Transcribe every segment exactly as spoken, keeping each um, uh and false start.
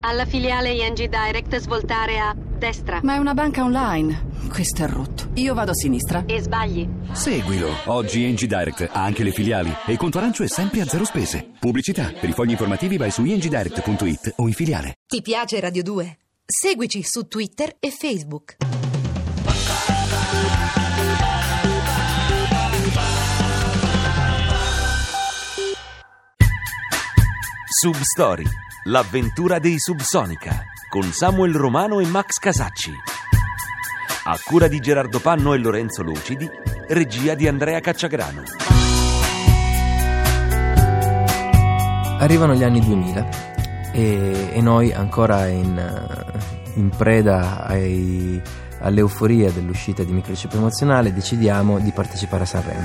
Alla filiale I N G Direct svoltare a destra. Ma è una banca online. Questo è rotto. Io vado a sinistra. E sbagli. Seguilo. Oggi I N G Direct ha anche le filiali e il conto arancio è sempre a zero spese. Pubblicità. Per i fogli informativi vai su i n g direct punto i t o in filiale. Ti piace Radio due? Seguici su Twitter e Facebook. Substory. L'avventura dei Subsonica con Samuel Romano e Max Casacci. A cura di Gerardo Panno e Lorenzo Lucidi, regia di Andrea Cacciagrano. Arrivano gli anni duemila e, e noi ancora in, in preda ai, all'euforia dell'uscita di Microchip Emozionale decidiamo di partecipare a Sanremo.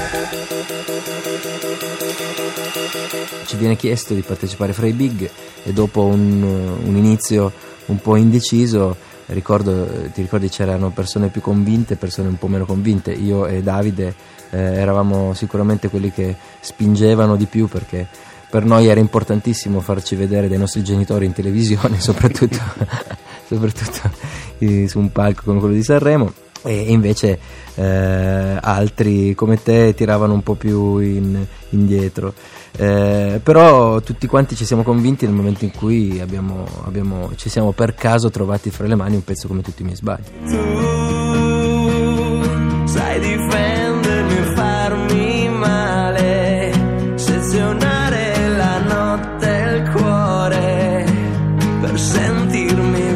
Ci viene chiesto di partecipare fra i big e dopo un, un inizio un po' indeciso, ricordo, ti ricordi c'erano persone più convinte e persone un po' meno convinte. Io e Davide eh, eravamo sicuramente quelli che spingevano di più, perché per noi era importantissimo farci vedere dai nostri genitori in televisione, soprattutto, soprattutto eh, su un palco come quello di Sanremo. E invece eh, altri come te tiravano un po' più in, indietro, eh, però tutti quanti ci siamo convinti nel momento in cui abbiamo, abbiamo, ci siamo per caso trovati fra le mani un pezzo come Tutti i miei sbagli. Tu sai difendermi e farmi male, sezionare la notte e il cuore per sentirmi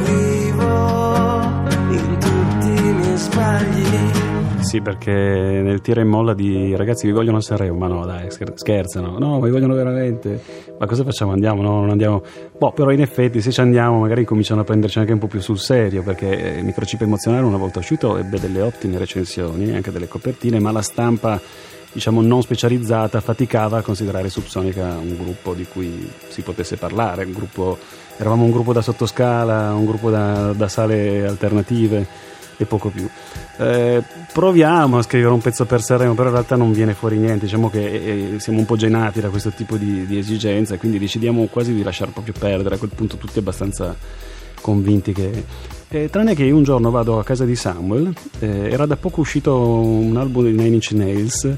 vivo in tutti i miei sbagli. Sì, perché nel tira e molla di ragazzi vi vogliono a Sanremo, ma no dai, scherzano, no, mi vogliono veramente, ma cosa facciamo, andiamo, no, non andiamo, boh, però in effetti se ci andiamo magari cominciano a prenderci anche un po' più sul serio, perché Microchip Emozionale una volta uscito ebbe delle ottime recensioni, anche delle copertine, ma la stampa diciamo non specializzata faticava a considerare Subsonica un gruppo di cui si potesse parlare, un gruppo, eravamo un gruppo da sottoscala, un gruppo da, da sale alternative e poco più. Eh, proviamo a scrivere un pezzo per Sanremo, però in realtà non viene fuori niente, diciamo che eh, siamo un po' genati da questo tipo di, di esigenza, e quindi decidiamo quasi di lasciar proprio perdere. A quel punto tutti abbastanza convinti che eh, tranne che io un giorno vado a casa di Samuel, eh, era da poco uscito un album di Nine Inch Nails,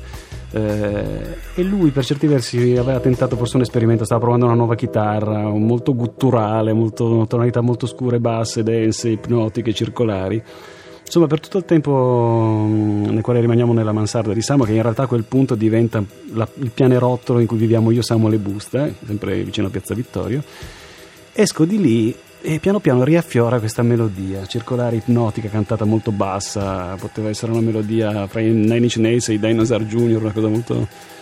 eh, e lui per certi versi aveva tentato forse un esperimento, stava provando una nuova chitarra molto gutturale, molto, tonalità molto scure, basse, dense, ipnotiche, circolari. Insomma, per tutto il tempo nel quale rimaniamo nella mansarda di Samuel, che in realtà a quel punto diventa la, il pianerottolo in cui viviamo io, Samuel e Busta, sempre vicino a Piazza Vittorio, esco di lì e piano piano riaffiora questa melodia circolare, ipnotica, cantata molto bassa, poteva essere una melodia fra i Nine Inch Nails e i Dinosaur Junior, una cosa molto...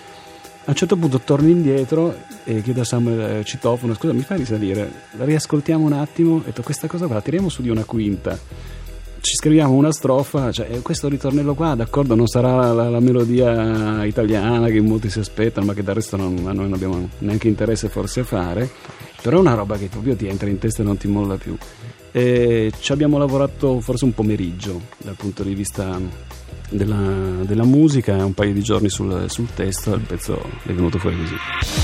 A un certo punto torno indietro e chiedo a Samuel, eh, citofono, scusa, mi fai risalire, la riascoltiamo un attimo, e ho detto, questa cosa qua la tiriamo su di una quinta, ci scriviamo una strofa, cioè questo ritornello qua, d'accordo, non sarà la, la melodia italiana che molti si aspettano, ma che del resto non, noi non abbiamo neanche interesse forse a fare, però è una roba che proprio ti entra in testa e non ti molla più. E ci abbiamo lavorato forse un pomeriggio dal punto di vista della, della musica, un paio di giorni sul, sul testo, e il pezzo è venuto fuori così.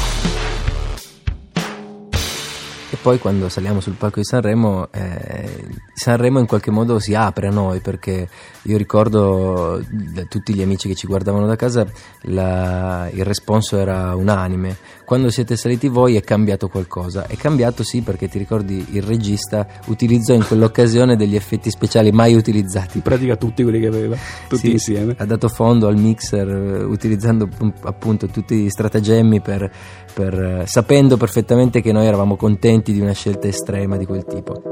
E poi quando saliamo sul palco di Sanremo, eh, Sanremo in qualche modo si apre a noi, perché io ricordo da tutti gli amici che ci guardavano da casa, la, il responso era unanime: quando siete saliti voi è cambiato qualcosa. È cambiato sì, perché ti ricordi il regista utilizzò in quell'occasione degli effetti speciali mai utilizzati. In pratica tutti quelli che aveva, tutti sì, insieme. Ha dato fondo al mixer utilizzando appunto tutti gli stratagemmi per, per sapendo perfettamente che noi eravamo contenti di una scelta estrema di quel tipo.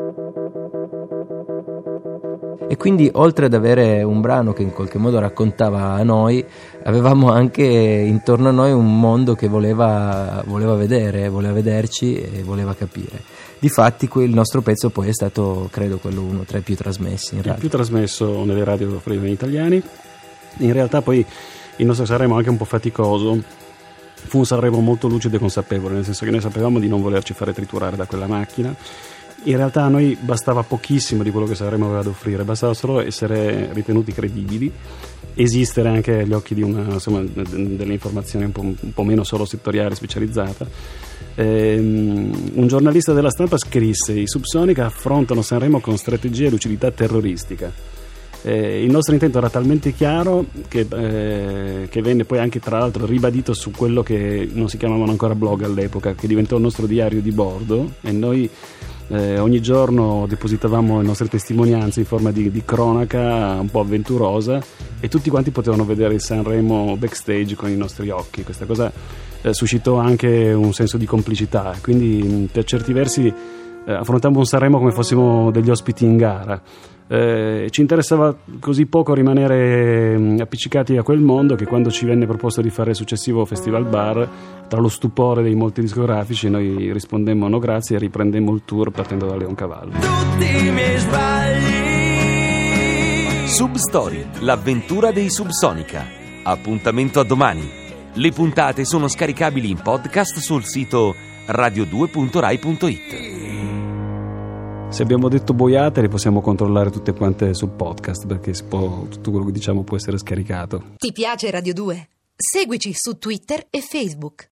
E quindi, oltre ad avere un brano che in qualche modo raccontava a noi, avevamo anche intorno a noi un mondo che voleva, voleva vedere, voleva vederci e voleva capire. Difatti il nostro pezzo poi è stato, credo, quello uno tra i più trasmessi in radio. Il più trasmesso nelle radio friulane italiane. In realtà poi il nostro Sanremo è anche un po' faticoso. Fu un Sanremo molto lucido e consapevole, nel senso che noi sapevamo di non volerci fare triturare da quella macchina. In realtà a noi bastava pochissimo di quello che Sanremo aveva da offrire, bastava solo essere ritenuti credibili, esistere anche agli occhi di una, insomma, delle informazioni un po', un po' meno solo settoriale, specializzata, ehm, un giornalista della Stampa scrisse: i Subsonica affrontano Sanremo con strategia e lucidità terroristica. Eh, il nostro intento era talmente chiaro che, eh, che venne poi anche tra l'altro ribadito su quello che non si chiamavano ancora blog all'epoca, che diventò il nostro diario di bordo, e noi eh, ogni giorno depositavamo le nostre testimonianze in forma di, di cronaca un po' avventurosa, e tutti quanti potevano vedere il Sanremo backstage con i nostri occhi. Questa cosa eh, suscitò anche un senso di complicità, quindi per certi versi eh, affrontammo un Sanremo come fossimo degli ospiti in gara. Eh, ci interessava così poco rimanere mh, appiccicati a quel mondo che quando ci venne proposto di fare il successivo Festival Bar, tra lo stupore dei molti discografici, noi rispondemmo no grazie e riprendemmo il tour partendo da Leoncavallo. Tutti i miei sbagli. Substory, l'avventura dei Subsonica. Appuntamento a domani. Le puntate sono scaricabili in podcast sul sito radio due punto rai punto it. Se abbiamo detto boiate, le possiamo controllare tutte quante sul podcast, perché si può, tutto quello che diciamo può essere scaricato. Ti piace Radio due? Seguici su Twitter e Facebook.